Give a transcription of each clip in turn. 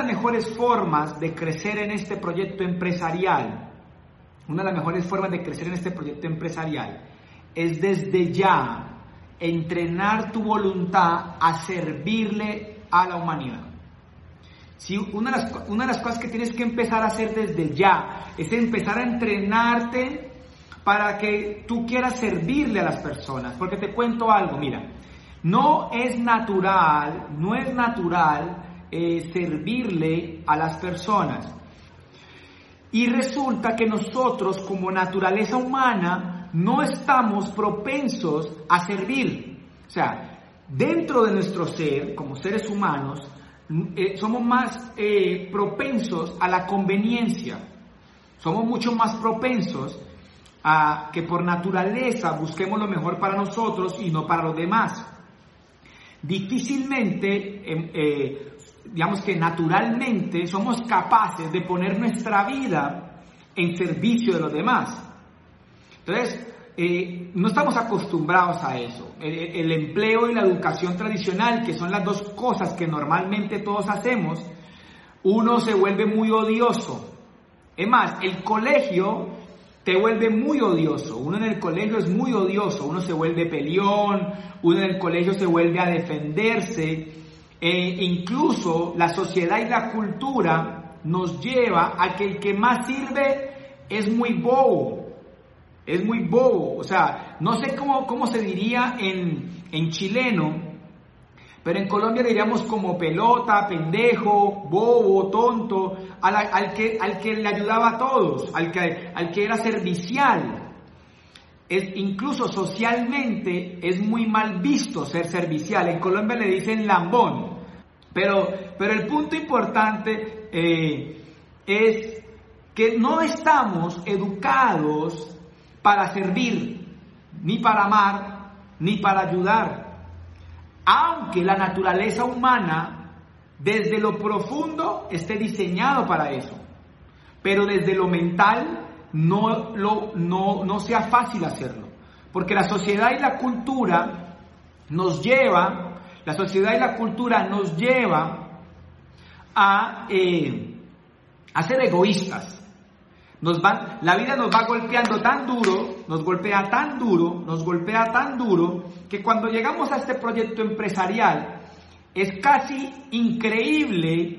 mejores formas de crecer en este proyecto empresarial, es desde ya entrenar tu voluntad a servirle a la humanidad. Si una de las cosas que tienes que empezar a hacer desde ya es empezar a entrenarte para que tú quieras servirle a las personas. Porque te cuento algo, mira, no es natural servirle a las personas. Y resulta que nosotros, como naturaleza humana, no estamos propensos a servir. O sea, dentro de nuestro ser, como seres humanos, somos más propensos a la conveniencia. Somos mucho más propensos a que por naturaleza busquemos lo mejor para nosotros y no para los demás. Difícilmente, digamos que naturalmente somos capaces de poner nuestra vida en servicio de los demás. Entonces, no estamos acostumbrados a eso. El empleo y la educación tradicional, que son las dos cosas que normalmente todos hacemos, uno se vuelve muy odioso. Es más, el colegio te vuelve muy odioso. Uno en el colegio es muy odioso. Uno se vuelve peleón, uno en el colegio se vuelve a defenderse. Incluso la sociedad y la cultura nos lleva a que el que más sirve es muy bobo. Es muy bobo. O sea, no sé cómo se diría en chileno, pero en Colombia diríamos como pelota, pendejo, bobo, tonto, al que le ayudaba a todos, al que era servicial. Incluso socialmente es muy mal visto ser servicial. En Colombia le dicen lambón. Pero el punto importante es que no estamos educados para servir, ni para amar, ni para ayudar. Aunque la naturaleza humana, desde lo profundo, esté diseñado para eso. Pero desde lo mental no sea fácil hacerlo. Porque la sociedad y la cultura nos lleva a ser egoístas. La vida nos va golpeando tan duro, nos golpea tan duro, que cuando llegamos a este proyecto empresarial, es casi increíble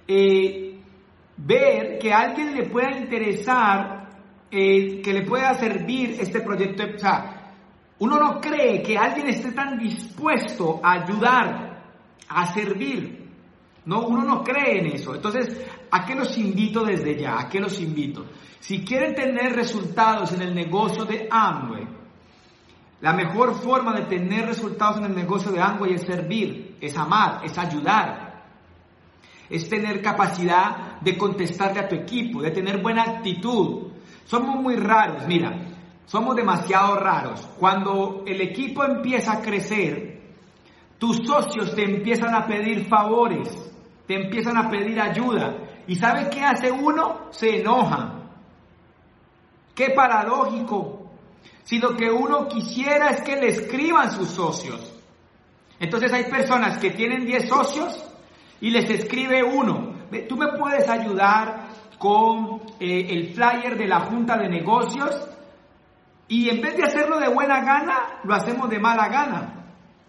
ver que a alguien le pueda interesar, que le pueda servir este proyecto. O sea, uno no cree que alguien esté tan dispuesto a ayudar, a servir. No, uno no cree en eso. Entonces, ¿a qué los invito desde ya? ¿A qué los invito? Si quieren tener resultados en el negocio de Amway, la mejor forma de tener resultados en el negocio de Amway es servir, es amar, es ayudar. Es tener capacidad de contestarle a tu equipo, de tener buena actitud. Somos muy raros, mira, somos demasiado raros. Cuando el equipo empieza a crecer, tus socios te empiezan a pedir favores, te empiezan a pedir ayuda. ¿Y sabes qué hace uno? Se enoja. ¡Qué paradójico! Si lo que uno quisiera es que le escriban sus socios. Entonces hay personas que tienen 10 socios y les escribe uno: ¿tú me puedes ayudar con el flyer de la junta de negocios? Y en vez de hacerlo de buena gana, lo hacemos de mala gana.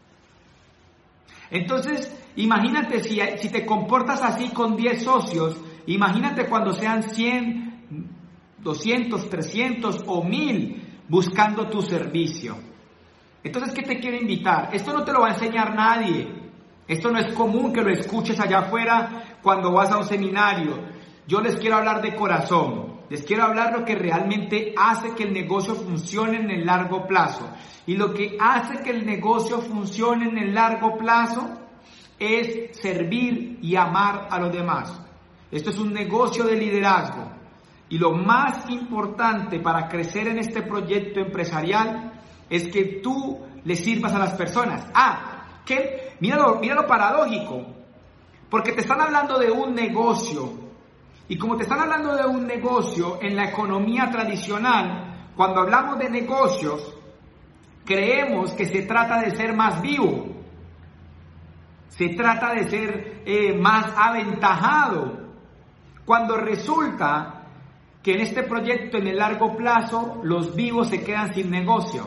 Entonces, imagínate si te comportas así con 10 socios, imagínate cuando sean 100, 200, 300 o 1000 buscando tu servicio. Entonces, ¿qué te quiero invitar? Esto no te lo va a enseñar nadie. Esto no es común que lo escuches allá afuera cuando vas a un seminario. Yo les quiero hablar de corazón. Les quiero hablar lo que realmente hace que el negocio funcione en el largo plazo. Y lo que hace que el negocio funcione en el largo plazo es servir y amar a los demás. Esto es un negocio de liderazgo. Y lo más importante para crecer en este proyecto empresarial es que tú le sirvas a las personas. Mira lo paradójico. Porque te están hablando de un negocio. Y como te están hablando de un negocio, en la economía tradicional, cuando hablamos de negocios, creemos que se trata de ser más vivo. Se trata de ser más aventajado. Cuando resulta que en este proyecto, en el largo plazo, los vivos se quedan sin negocio.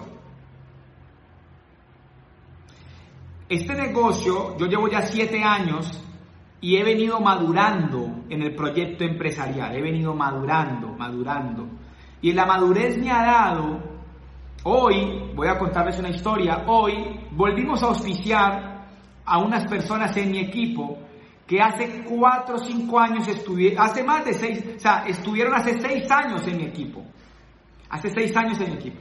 Este negocio, yo llevo ya 7 años y he venido madurando en el proyecto empresarial. He venido madurando. Y la madurez me ha dado, hoy, voy a contarles una historia, hoy volvimos a auspiciar a unas personas en mi equipo que hace 4 o 5 años estuvieron hace 6 años en mi equipo. Hace 6 años en mi equipo.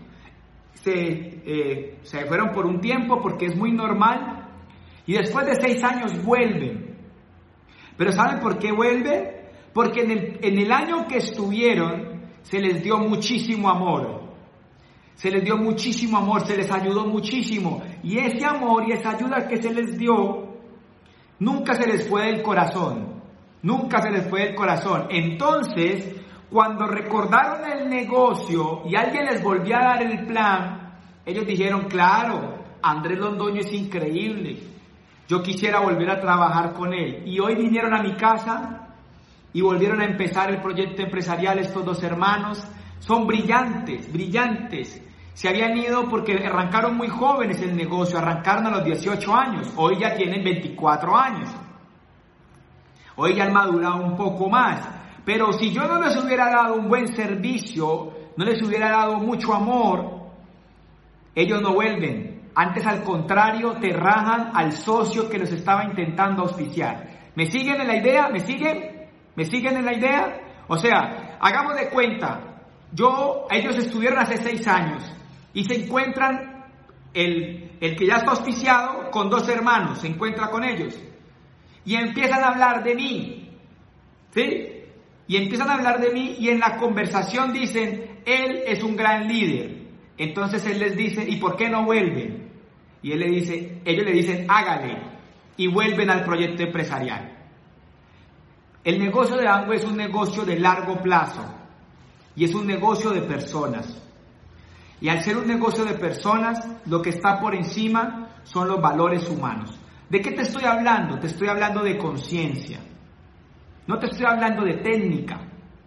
Se fueron por un tiempo porque es muy normal y después de 6 años vuelven. Pero ¿saben por qué vuelven? Porque en el año que estuvieron se les dio muchísimo amor. Se les dio muchísimo amor, se les ayudó muchísimo. Y ese amor y esa ayuda que se les dio nunca se les fue del corazón. Nunca se les fue del corazón. Entonces, cuando recordaron el negocio y alguien les volvió a dar el plan, ellos dijeron, claro, Andrés Londoño es increíble. Yo quisiera volver a trabajar con él. Y hoy vinieron a mi casa y volvieron a empezar el proyecto empresarial. Estos 2 hermanos son brillantes. Se habían ido porque arrancaron muy jóvenes el negocio, arrancaron a los 18 años, hoy ya tienen 24 años. Hoy ya han madurado un poco más. Pero si yo no les hubiera dado un buen servicio, no les hubiera dado mucho amor, ellos no vuelven. Antes, al contrario, te rajan al socio que los estaba intentando auspiciar. ¿Me siguen en la idea? ¿Me siguen en la idea? O sea, hagamos de cuenta, ellos estuvieron hace 6 años y se encuentran, el que ya está auspiciado, con 2 hermanos, se encuentra con ellos y empiezan a hablar de mí, ¿sí? Y empiezan a hablar de mí y en la conversación dicen, él es un gran líder. Entonces él les dice, ¿y por qué no vuelven? Y ellos le dicen, hágale, y vuelven al proyecto empresarial. El negocio de Amway es un negocio de largo plazo y es un negocio de personas. Y al ser un negocio de personas, lo que está por encima son los valores humanos. ¿De qué te estoy hablando? Te estoy hablando de conciencia. No te estoy hablando de técnica.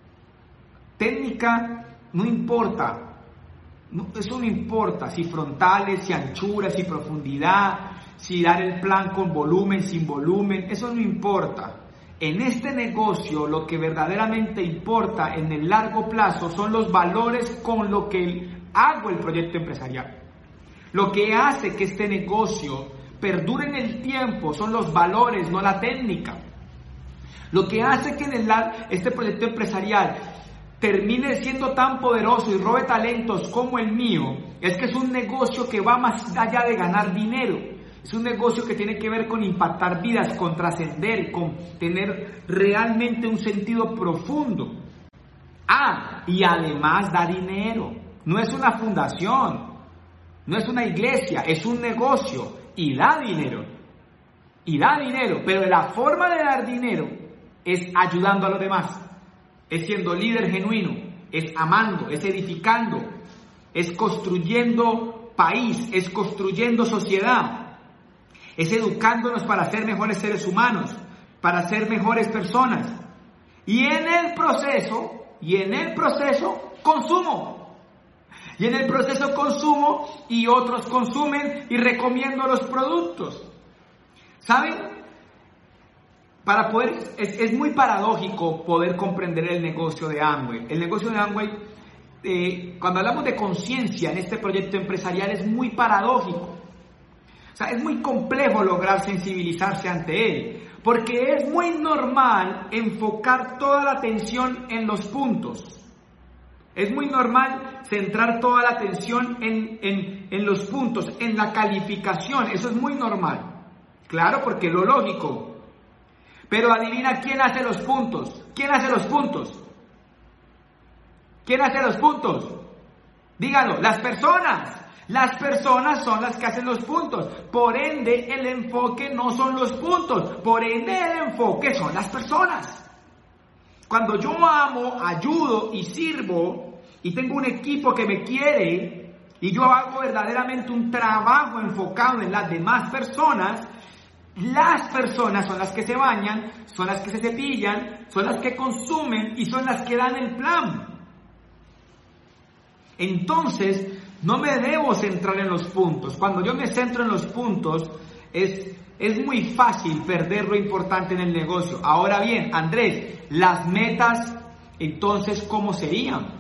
Técnica no importa. Eso no importa. Si frontales, si anchuras, si profundidad, si dar el plan con volumen, sin volumen. Eso no importa. En este negocio lo que verdaderamente importa en el largo plazo son los valores con lo que hago el proyecto empresarial. Lo que hace que este negocio perdure en el tiempo son los valores, no la técnica. Lo que hace que este proyecto empresarial termine siendo tan poderoso y robe talentos como el mío es que es un negocio que va más allá de ganar dinero. Es un negocio que tiene que ver con impactar vidas, con trascender, con tener realmente un sentido profundo. Y además da dinero. No es una fundación, no es una iglesia, es un negocio y da dinero. Pero la forma de dar dinero es ayudando a los demás, es siendo líder genuino, es amando, es edificando, es construyendo país, es construyendo sociedad, es educándonos para ser mejores seres humanos, para ser mejores personas. Y en el proceso consumo. Y en el proceso consumo y otros consumen y recomiendo los productos. ¿Saben? Es muy paradójico poder comprender el negocio de Amway. El negocio de Amway, cuando hablamos de conciencia en este proyecto empresarial, es muy paradójico. O sea, es muy complejo lograr sensibilizarse ante él, porque es muy normal enfocar toda la atención en los puntos. Es muy normal centrar toda la atención en los puntos, en la calificación. Eso es muy normal. Claro, porque es lo lógico. Pero adivina quién hace los puntos. ¿Quién hace los puntos? ¿Quién hace los puntos? Díganlo, las personas. Las personas son las que hacen los puntos. Por ende, el enfoque no son los puntos. Por ende, el enfoque son las personas. Cuando yo amo, ayudo y sirvo y tengo un equipo que me quiere y yo hago verdaderamente un trabajo enfocado en las demás personas, Las personas son las que se bañan, son las que se cepillan, son las que consumen y son las que dan el plan. Entonces, no me debo centrar en los puntos. Cuando yo me centro en los puntos, es muy fácil perder lo importante en el negocio. Ahora bien, Andrés, las metas, entonces, ¿cómo serían?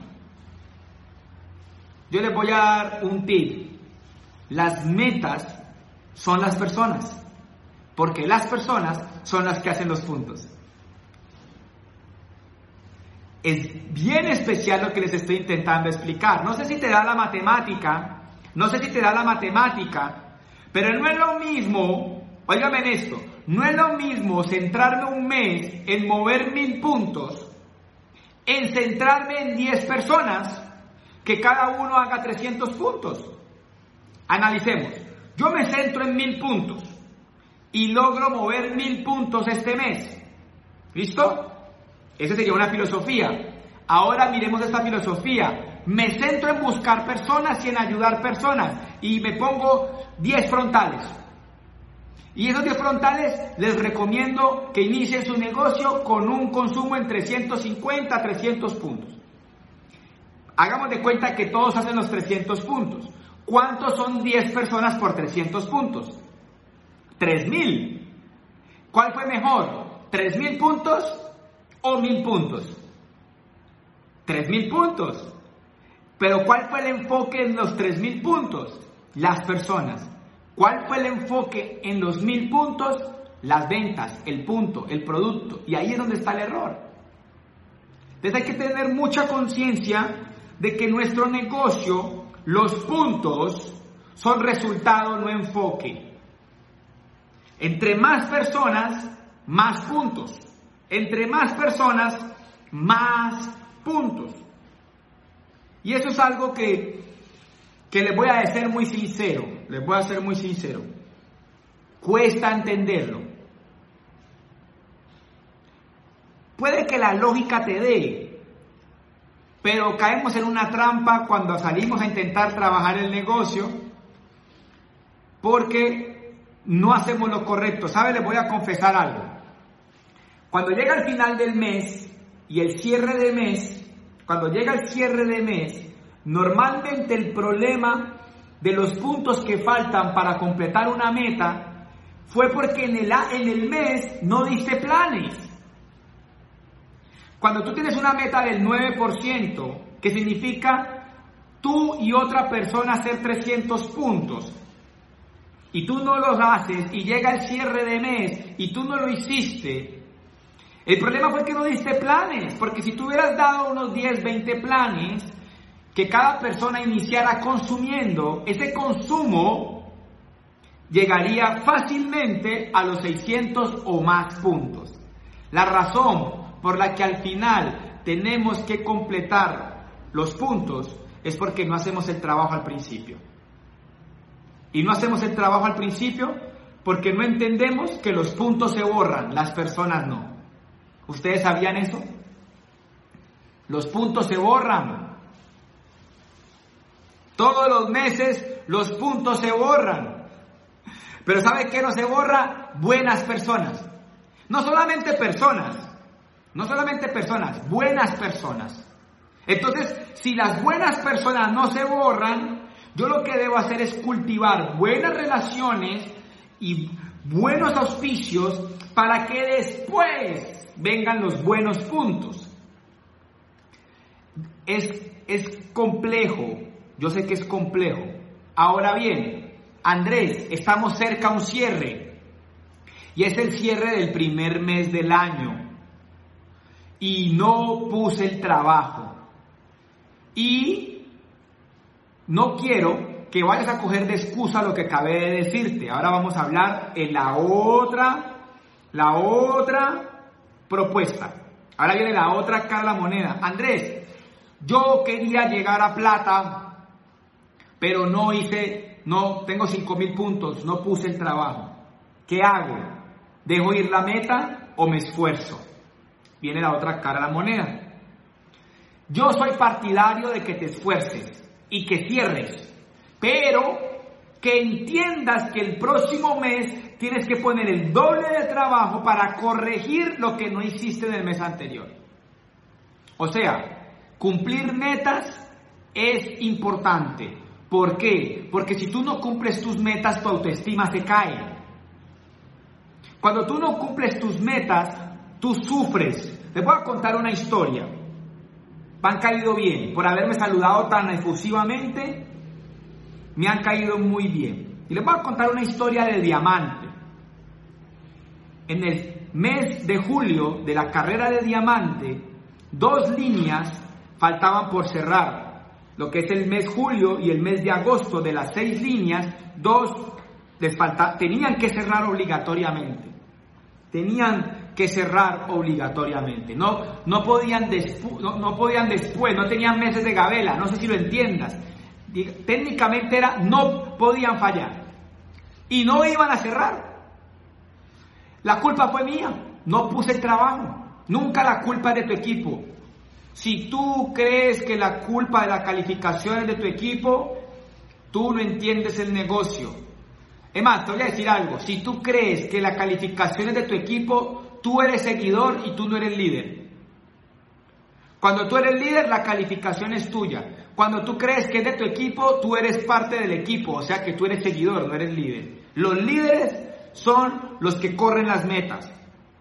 Yo les voy a dar un tip. Las metas son las personas, porque las personas son las que hacen los puntos. Es bien especial lo que les estoy intentando explicar. No sé si te da la matemática, pero no es lo mismo, óigame en esto, no es lo mismo centrarme un mes en mover 1000 puntos, en centrarme en 10 personas, que cada uno haga 300 puntos. Analicemos. Yo me centro en 1000 puntos y logro mover 1000 puntos este mes. ¿Listo? Esa sería una filosofía. Ahora miremos esta filosofía. Me centro en buscar personas y en ayudar personas. Y me pongo 10 frontales. Y esos 10 frontales les recomiendo que inicien su negocio con un consumo entre 150 a 300 puntos. Hagamos de cuenta que todos hacen los 300 puntos. ¿Cuántos son 10 personas por 300 puntos? 3000. ¿Cuál fue mejor? ¿3000 puntos o 1000 puntos? 3000 puntos. Pero ¿cuál fue el enfoque en los 3000 puntos? Las personas. ¿Cuál fue el enfoque en los 1000 puntos? Las ventas, el punto, el producto. Y ahí es donde está el error. Entonces hay que tener mucha conciencia de que nuestro negocio, los puntos, son resultado, no enfoque. Entre más personas, más puntos. Entre más personas, más puntos. Y eso es algo que les voy a ser muy sincero. Cuesta entenderlo. Puede que la lógica te dé, pero caemos en una trampa cuando salimos a intentar trabajar el negocio porque no hacemos lo correcto. ¿Sabe? Les voy a confesar algo. Cuando llega el final del mes y el cierre de mes, normalmente el problema de los puntos que faltan para completar una meta fue porque en el mes no diste planes. Cuando tú tienes una meta del 9%, que significa tú y otra persona hacer 300 puntos, y tú no los haces, y llega el cierre de mes, y tú no lo hiciste, el problema fue que no diste planes, porque si tú hubieras dado unos 10, 20 planes, que cada persona iniciara consumiendo, ese consumo llegaría fácilmente a los 600 o más puntos. La razón por la que al final tenemos que completar los puntos es porque no hacemos el trabajo al principio. Y no hacemos el trabajo al principio porque no entendemos que los puntos se borran, las personas no. ¿Ustedes sabían eso? Los puntos se borran. Todos los meses los puntos se borran. Pero ¿sabe qué no se borra? Buenas personas. No solamente personas, buenas personas. Entonces, si las buenas personas no se borran, yo lo que debo hacer es cultivar buenas relaciones y buenos auspicios para que después vengan los buenos puntos. Es complejo, yo sé que es complejo. Ahora bien, Andrés, estamos cerca a un cierre y es el cierre del primer mes del año. Y no puse el trabajo. Y no quiero que vayas a coger de excusa lo que acabé de decirte. Ahora vamos a hablar en la otra propuesta. Ahora viene la otra cara de la moneda. Andrés, yo quería llegar a plata, pero tengo 5,000 puntos, no puse el trabajo. ¿Qué hago? ¿Dejo ir la meta o me esfuerzo? Viene la otra cara de la moneda. Yo soy partidario de que te esfuerces y que cierres, pero que entiendas que el próximo mes tienes que poner el doble de trabajo para corregir lo que no hiciste en el mes anterior. O sea, cumplir metas es importante. ¿Por qué? Porque si tú no cumples tus metas, tu autoestima se cae. Cuando tú no cumples tus metas, tú sufres. Les voy a contar una historia. Me han caído bien. Por haberme saludado tan efusivamente, me han caído muy bien. Y les voy a contar una historia de diamante. En el mes de julio de la carrera de diamante, 2 líneas faltaban por cerrar. Lo que es el mes julio y el mes de agosto, de las 6 líneas, 2 tenían que cerrar obligatoriamente. Tenían que cerrar obligatoriamente. No podían después, no tenían meses de gabela, no sé si lo entiendas. Técnicamente no podían fallar. Y no iban a cerrar. La culpa fue mía, no puse el trabajo. Nunca la culpa es de tu equipo. Si tú crees que la culpa de la calificación es de tu equipo, tú no entiendes el negocio. Es más, te voy a decir algo. Si tú crees que la calificación es de tu equipo, tú eres seguidor y tú no eres líder. Cuando tú eres líder, la calificación es tuya. Cuando tú crees que es de tu equipo, tú eres parte del equipo. O sea que tú eres seguidor, no eres líder. Los líderes son los que corren las metas.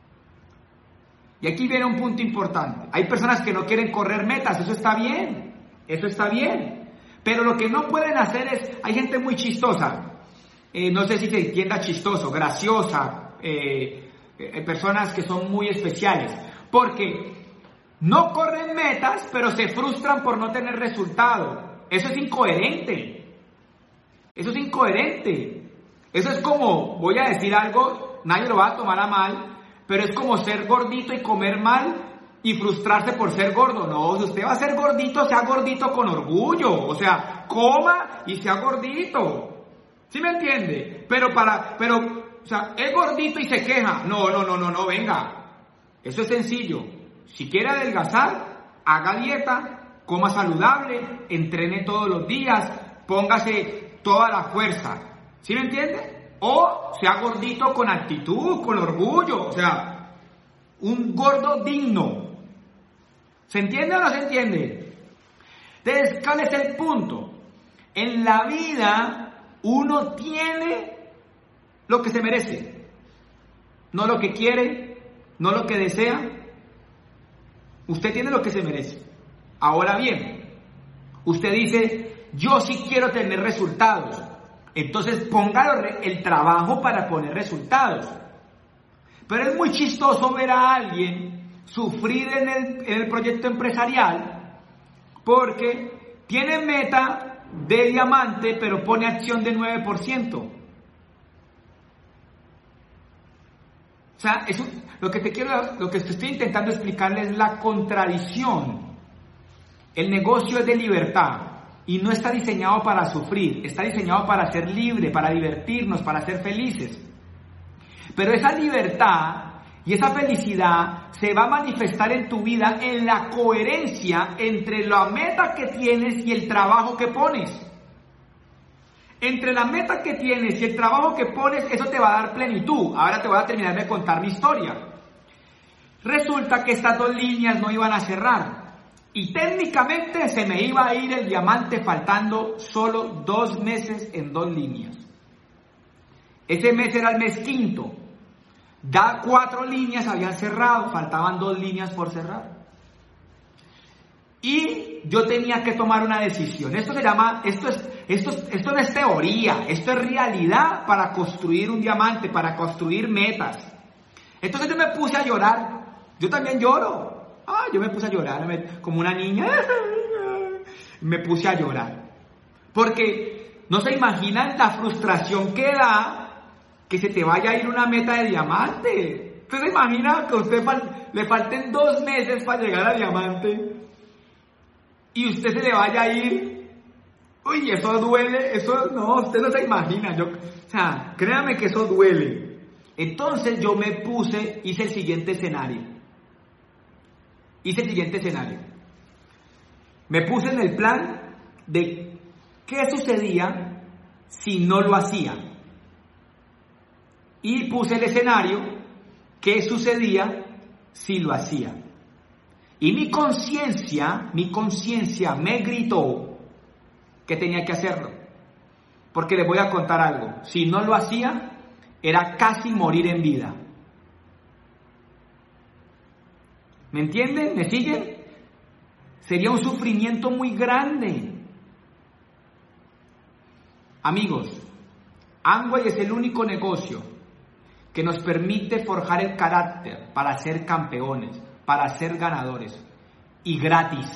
Y aquí viene un punto importante. Hay personas que no quieren correr metas, eso está bien. Pero lo que no pueden hacer es, hay gente muy chistosa. No sé si se entienda chistoso, graciosa. Personas que son muy especiales. Porque no corren metas, pero se frustran por no tener resultado. Eso es incoherente. Eso es como, voy a decir algo, nadie lo va a tomar a mal, pero es como ser gordito y comer mal y frustrarse por ser gordo. No, si usted va a ser gordito, sea gordito con orgullo. O sea, coma y sea gordito. ¿Sí me entiende? Pero o sea, es gordito y se queja. No, venga. Eso es sencillo. Si quiere adelgazar, haga dieta, coma saludable, entrene todos los días, póngase toda la fuerza. ¿Sí me entiende? O sea gordito con actitud, con orgullo, o sea, un gordo digno. ¿Se entiende o no se entiende? Entonces, ¿cuál es el punto? En la vida uno tiene lo que se merece, no lo que quiere, no lo que desea. Usted tiene lo que se merece. Ahora bien, usted dice, yo sí quiero tener resultados. Entonces ponga el trabajo para poner resultados. Pero es muy chistoso ver a alguien sufrir en el proyecto empresarial porque tiene meta de diamante pero pone acción de 9%. O sea, lo que te estoy intentando explicarle es la contradicción. El negocio es de libertad. Y no está diseñado para sufrir, está diseñado para ser libre, para divertirnos, para ser felices. Pero esa libertad y esa felicidad se va a manifestar en tu vida en la coherencia entre la meta que tienes y el trabajo que pones. Entre la meta que tienes y el trabajo que pones, eso te va a dar plenitud. Ahora te voy a terminar de contar mi historia. Resulta que estas 2 líneas no iban a cerrar. Y técnicamente se me iba a ir el diamante faltando solo 2 meses en 2 líneas. Ese mes era el mes quinto. 4 líneas habían cerrado, faltaban 2 líneas por cerrar. Y yo tenía que tomar una decisión. Esto no es teoría, esto es realidad para construir un diamante, para construir metas. Entonces yo me puse a llorar. Yo también lloro. Yo me puse a llorar como una niña. Me puse a llorar. Porque no se imaginan la frustración que da que se te vaya a ir una meta de diamante. ¿Usted se imagina que a usted le falten 2 meses para llegar a diamante y usted se le vaya a ir? Uy, eso duele. Usted no se imagina. O sea, créame que eso duele. Entonces yo hice el siguiente escenario. Me puse en el plan de qué sucedía si no lo hacía. y puse el escenario, qué sucedía si lo hacía. Y mi conciencia me gritó que tenía que hacerlo. Porque les voy a contar algo, si no lo hacía, era casi morir en vida. ¿Me entienden? ¿Me siguen? Sería un sufrimiento muy grande. Amigos, Amway es el único negocio que nos permite forjar el carácter para ser campeones, para ser ganadores, y gratis.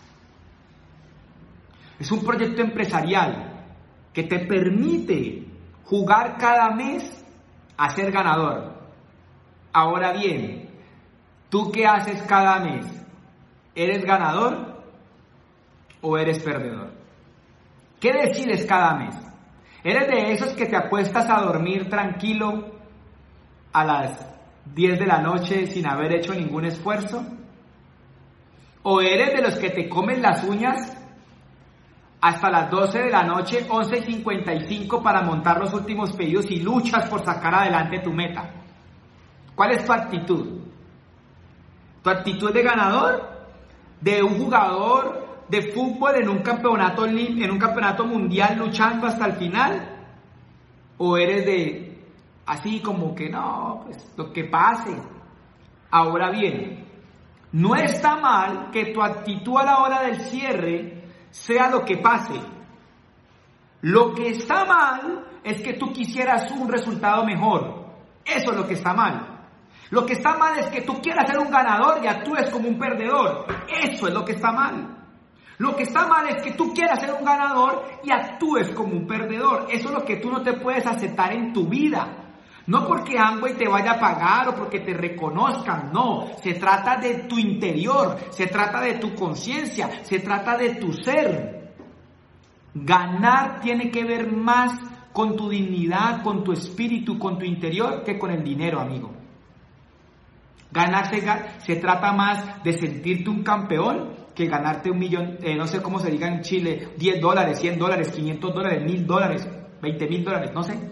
Es un proyecto empresarial que te permite jugar cada mes a ser ganador. Ahora bien, ¿tú qué haces cada mes? ¿Eres ganador o eres perdedor? ¿Qué decides cada mes? ¿Eres de esos que te acuestas a dormir tranquilo a las 10 de la noche sin haber hecho ningún esfuerzo? ¿O eres de los que te comen las uñas hasta las 12 de la noche, 11:55 para montar los últimos pedidos y luchas por sacar adelante tu meta? ¿Cuál es tu actitud? ¿Tu actitud de ganador? ¿De un jugador de fútbol en un campeonato mundial luchando hasta el final? ¿O eres de así como que no, pues lo que pase? Ahora bien, no está mal que tu actitud a la hora del cierre sea lo que pase. Lo que está mal es que tú quisieras un resultado mejor. Eso es lo que está mal. Lo que está mal es que tú quieras ser un ganador y actúes como un perdedor. Eso es lo que está mal. Lo que está mal es que tú quieras ser un ganador y actúes como un perdedor. Eso es lo que tú no te puedes aceptar en tu vida. No porque Amway te vaya a pagar o porque te reconozcan, no. Se trata de tu interior, se trata de tu conciencia, se trata de tu ser. Ganar tiene que ver más con tu dignidad, con tu espíritu, con tu interior, que con el dinero, amigo. Ganarse se trata más de sentirte un campeón que ganarte $1 millón, no sé cómo se diga en Chile, $10, $100, $500, $1,000, $20,000, no sé.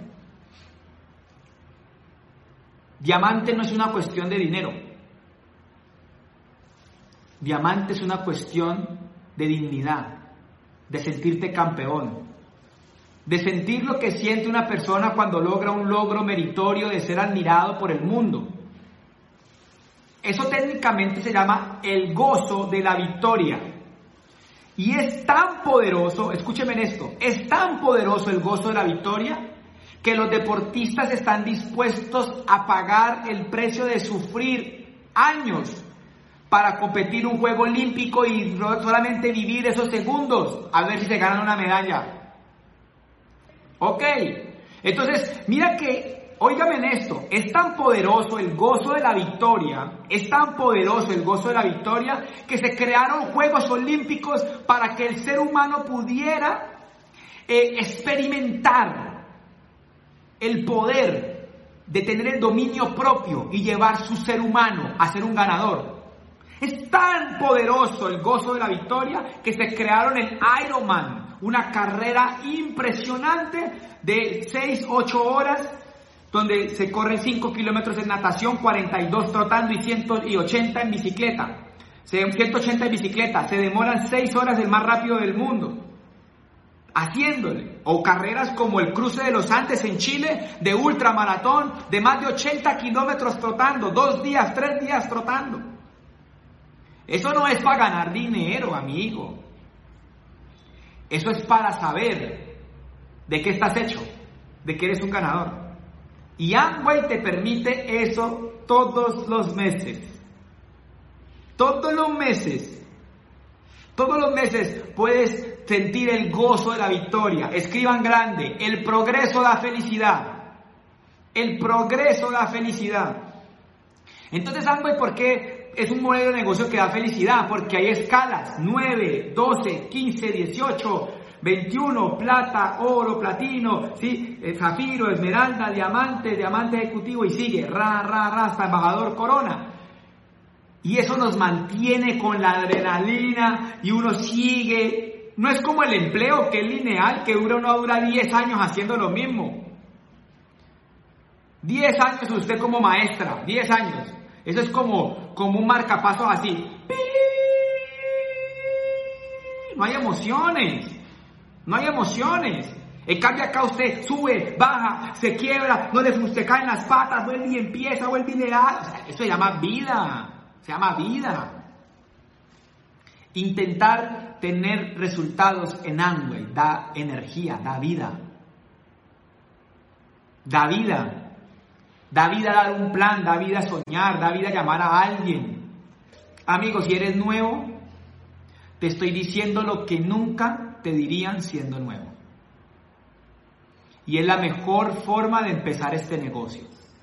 Diamante no es una cuestión de dinero. Diamante es una cuestión de dignidad, de sentirte campeón, de sentir lo que siente una persona cuando logra un logro meritorio de ser admirado por el mundo. Eso técnicamente se llama el gozo de la victoria. Y es tan poderoso, escúcheme en esto, es tan poderoso el gozo de la victoria que los deportistas están dispuestos a pagar el precio de sufrir años para competir un juego olímpico y solamente vivir esos segundos a ver si se ganan una medalla. Ok, entonces mira que, óigame en esto, es tan poderoso el gozo de la victoria, es tan poderoso el gozo de la victoria que se crearon Juegos Olímpicos para que el ser humano pudiera experimentar el poder de tener el dominio propio y llevar su ser humano a ser un ganador. Es tan poderoso el gozo de la victoria que se crearon el Ironman, una carrera impresionante de 6-8 horas, donde se corren 5 kilómetros en natación, 42 trotando y 180 en bicicleta. 180 en bicicleta, se demoran 6 horas el más rápido del mundo haciéndole. O carreras como el Cruce de los Andes en Chile, de ultramaratón, de más de 80 kilómetros trotando, 2 días, 3 días trotando. Eso no es para ganar dinero, amigo. Eso es para saber de qué estás hecho, de que eres un ganador. Y Amway te permite eso todos los meses. Todos los meses puedes sentir el gozo de la victoria. Escriban grande: el progreso da felicidad. El progreso da felicidad. Entonces, Amway, ¿por qué es un modelo de negocio que da felicidad? Porque hay escalas: 9, 12, 15, 18, 21, plata, oro, platino, ¿sí? Zafiro, esmeralda, diamante, diamante ejecutivo, y sigue, hasta embajador corona. Y eso nos mantiene con la adrenalina y uno sigue. No es como el empleo, que es lineal, que uno dura 10 años haciendo lo mismo. 10 años usted como maestra, 10 años. Eso es como un marcapasos así. No hay emociones. No hay emociones. En cambio acá usted sube, baja, se quiebra, se cae en las patas, vuelve y empieza, vuelve y le da. O sea, eso se llama vida. Se llama vida. Intentar tener resultados en Amway da energía, da vida. Da vida. Da vida a dar un plan, da vida a soñar, da vida a llamar a alguien. Amigos, si eres nuevo, te estoy diciendo lo que nunca te dirían siendo nuevo. Y es la mejor forma de empezar este negocio.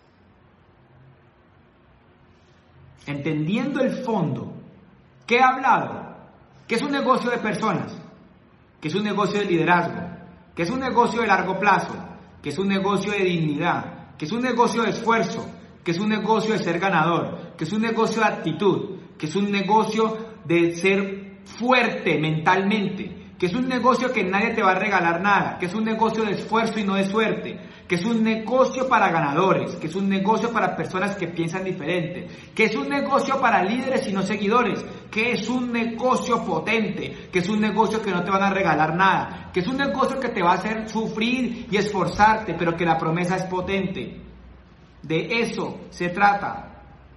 Entendiendo el fondo, ¿qué he hablado? ¿Qué es un negocio de personas? ¿Qué es un negocio de liderazgo? ¿Qué es un negocio de largo plazo? ¿Qué es un negocio de dignidad? ¿Qué es un negocio de esfuerzo? ¿Qué es un negocio de ser ganador? ¿Qué es un negocio de actitud? ¿Qué es un negocio de ser fuerte mentalmente? ¿Qué es un negocio que nadie te va a regalar nada? ¿Qué es un negocio de esfuerzo y no de suerte? ¿Qué es un negocio para ganadores? ¿Qué es un negocio para personas que piensan diferente? ¿Qué es un negocio para líderes y no seguidores? ¿Qué es un negocio potente? ¿Qué es un negocio que no te van a regalar nada? ¿Qué es un negocio que te va a hacer sufrir y esforzarte, pero que la promesa es potente? De eso se trata.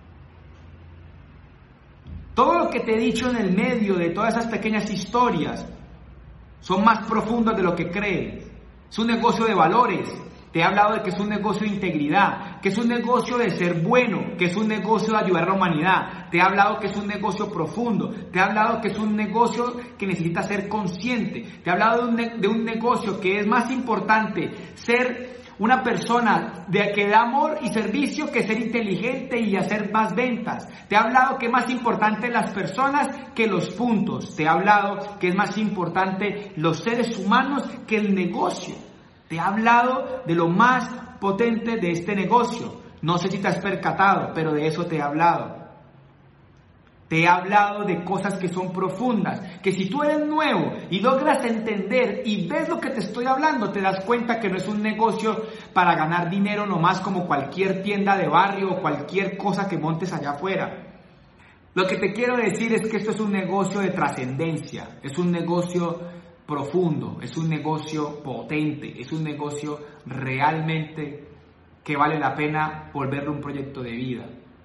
Todo lo que te he dicho en el medio de todas esas pequeñas historias son más profundos de lo que crees. Es un negocio de valores. Te he hablado de que es un negocio de integridad, que es un negocio de ser bueno, que es un negocio de ayudar a la humanidad. Te he hablado que es un negocio profundo. Te he hablado que es un negocio que necesita ser consciente. Te he hablado de un negocio que es más importante ser una persona que da amor y servicio que ser inteligente y hacer más ventas. Te he hablado que es más importante las personas que los puntos. Te he hablado que es más importante los seres humanos que el negocio. Te he hablado de lo más potente de este negocio. No sé si te has percatado, pero de eso te he hablado. Te he hablado de cosas que son profundas, que si tú eres nuevo y logras entender y ves lo que te estoy hablando, te das cuenta que no es un negocio para ganar dinero nomás como cualquier tienda de barrio o cualquier cosa que montes allá afuera. Lo que te quiero decir es que esto es un negocio de trascendencia, es un negocio profundo, es un negocio potente, es un negocio realmente que vale la pena volverlo un proyecto de vida.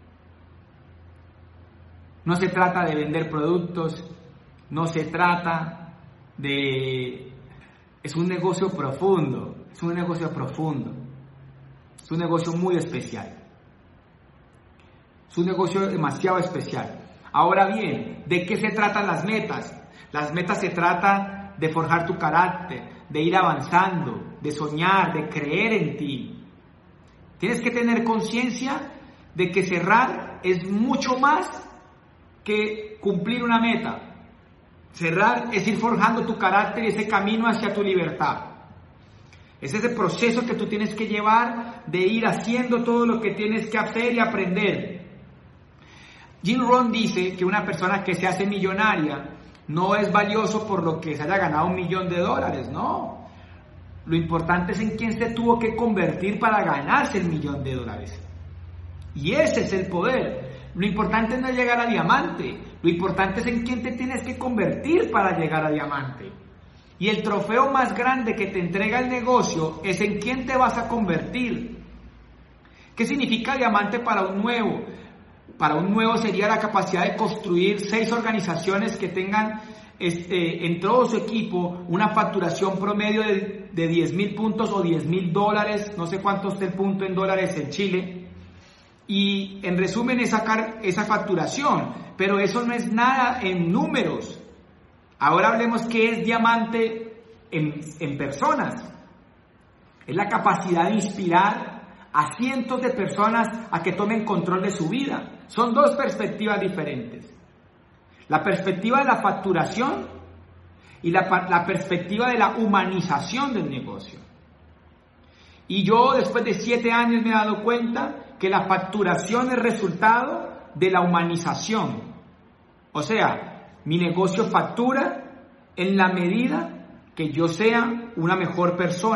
No se trata de vender productos, no se trata de... Es un negocio profundo, es un negocio profundo, es un negocio muy especial, es un negocio demasiado especial. Ahora bien, ¿de qué se tratan las metas? Las metas se tratan de forjar tu carácter, de ir avanzando, de soñar, de creer en ti. Tienes que tener conciencia de que cerrar es mucho más que cumplir una meta. Cerrar es ir forjando tu carácter y ese camino hacia tu libertad. Es ese proceso que tú tienes que llevar de ir haciendo todo lo que tienes que hacer y aprender. Jim Rohn dice que una persona que se hace millonaria no es valioso por lo que se haya ganado $1 millón, no. Lo importante es en quién se tuvo que convertir para ganarse $1 millón. Y ese es el poder. Lo importante no es llegar a diamante, lo importante es en quién te tienes que convertir para llegar a diamante. Y el trofeo más grande que te entrega el negocio es en quién te vas a convertir. ¿Qué significa diamante para un nuevo? Para un nuevo sería la capacidad de construir 6 organizaciones que tengan en todo su equipo una facturación promedio de 10,000 puntos o $10,000, no sé cuánto es el punto en dólares en Chile. Y en resumen es sacar esa facturación, pero eso no es nada en números. Ahora hablemos qué es diamante en personas. Es la capacidad de inspirar a cientos de personas a que tomen control de su vida. Son 2 perspectivas diferentes. La perspectiva de la facturación y la perspectiva de la humanización del negocio. Y yo después de 7 años me he dado cuenta que la facturación es resultado de la humanización. O sea, mi negocio factura en la medida que yo sea una mejor persona,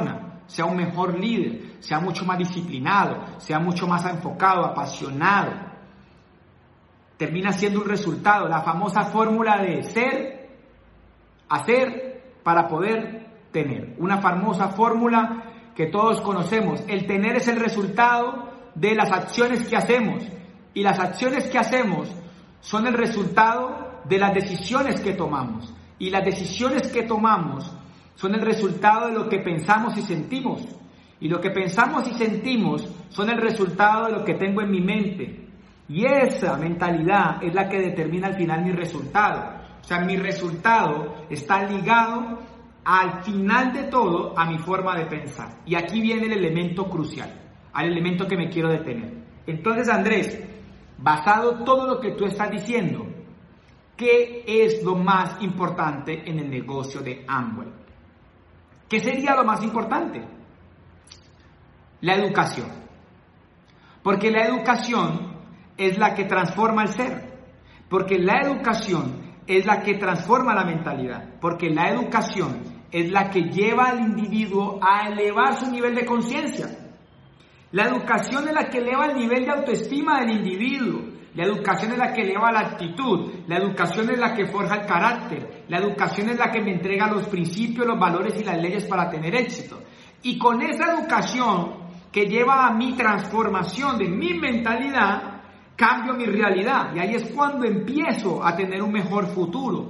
sea un mejor líder, sea mucho más disciplinado, sea mucho más enfocado, apasionado. Termina siendo un resultado, la famosa fórmula de ser, hacer para poder tener. Una famosa fórmula que todos conocemos. El tener es el resultado de las acciones que hacemos, y las acciones que hacemos son el resultado de las decisiones que tomamos, y las decisiones que tomamos son el resultado de lo que pensamos y sentimos, y lo que pensamos y sentimos son el resultado de lo que tengo en mi mente, y esa mentalidad es la que determina al final mi resultado. O sea, mi resultado está ligado al final de todo a mi forma de pensar, y aquí viene el elemento crucial, al elemento que me quiero detener. Entonces, Andrés, basado en todo lo que tú estás diciendo, ¿qué es lo más importante en el negocio de Amway? ¿Qué sería lo más importante? La educación. Porque la educación es la que transforma el ser. Porque la educación es la que transforma la mentalidad. Porque la educación es la que lleva al individuo a elevar su nivel de conciencia. La educación es la que eleva el nivel de autoestima del individuo. La educación es la que eleva la actitud. La educación es la que forja el carácter. La educación es la que me entrega los principios, los valores y las leyes para tener éxito. Y con esa educación que lleva a mi transformación de mi mentalidad, cambio mi realidad. Y ahí es cuando empiezo a tener un mejor futuro.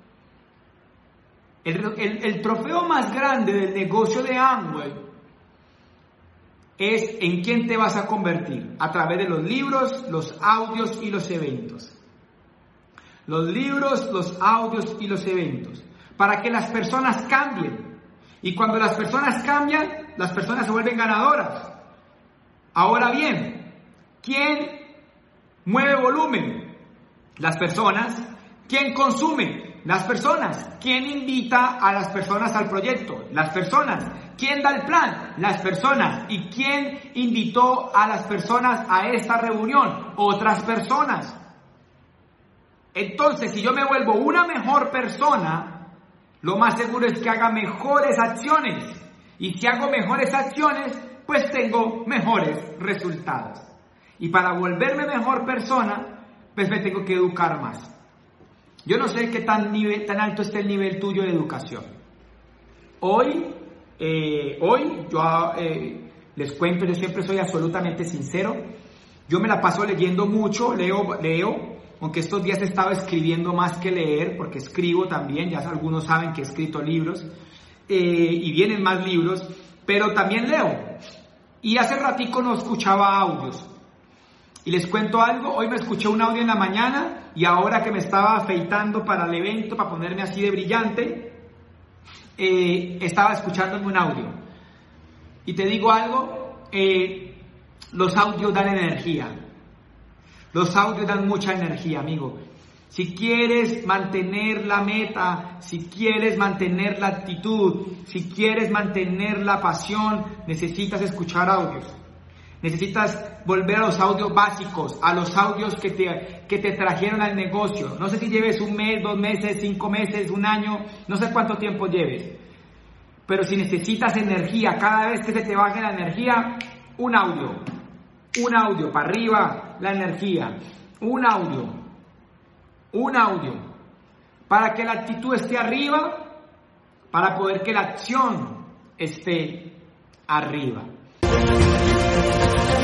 El trofeo más grande del negocio de Amway es en quién te vas a convertir a través de los libros, los audios y los eventos. Los libros, los audios y los eventos, para que las personas cambien. Y cuando las personas cambian, las personas se vuelven ganadoras. Ahora bien, ¿quién mueve volumen? Las personas. ¿Quién consume? Las personas. ¿Quién invita a las personas al proyecto? Las personas. ¿Quién da el plan? Las personas. ¿Y quién invitó a las personas a esta reunión? Otras personas. Entonces, si yo me vuelvo una mejor persona, lo más seguro es que haga mejores acciones. Y si hago mejores acciones, pues tengo mejores resultados. Y para volverme mejor persona, pues me tengo que educar más. Yo no sé qué tan alto esté el nivel tuyo de educación. Hoy yo les cuento, yo siempre soy absolutamente sincero. Yo me la paso leyendo mucho, leo, aunque estos días he estado escribiendo más que leer, porque escribo también, ya algunos saben que he escrito libros, y vienen más libros, pero también leo. Y hace ratico no escuchaba audios. Y les cuento algo, hoy me escuché un audio en la mañana, y ahora que me estaba afeitando para el evento, para ponerme así de brillante, estaba escuchándome un audio. Y te digo algo, los audios dan energía. Los audios dan mucha energía, amigo. Si quieres mantener la meta, si quieres mantener la actitud, si quieres mantener la pasión, necesitas escuchar audios. Necesitas volver a los audios básicos, a los audios que te trajeron al negocio. No sé si lleves un mes, 2 meses, 5 meses, un año, no sé cuánto tiempo lleves. Pero si necesitas energía, cada vez que se te baje la energía, un audio, para arriba la energía, un audio, para que la actitud esté arriba, para poder que la acción esté arriba.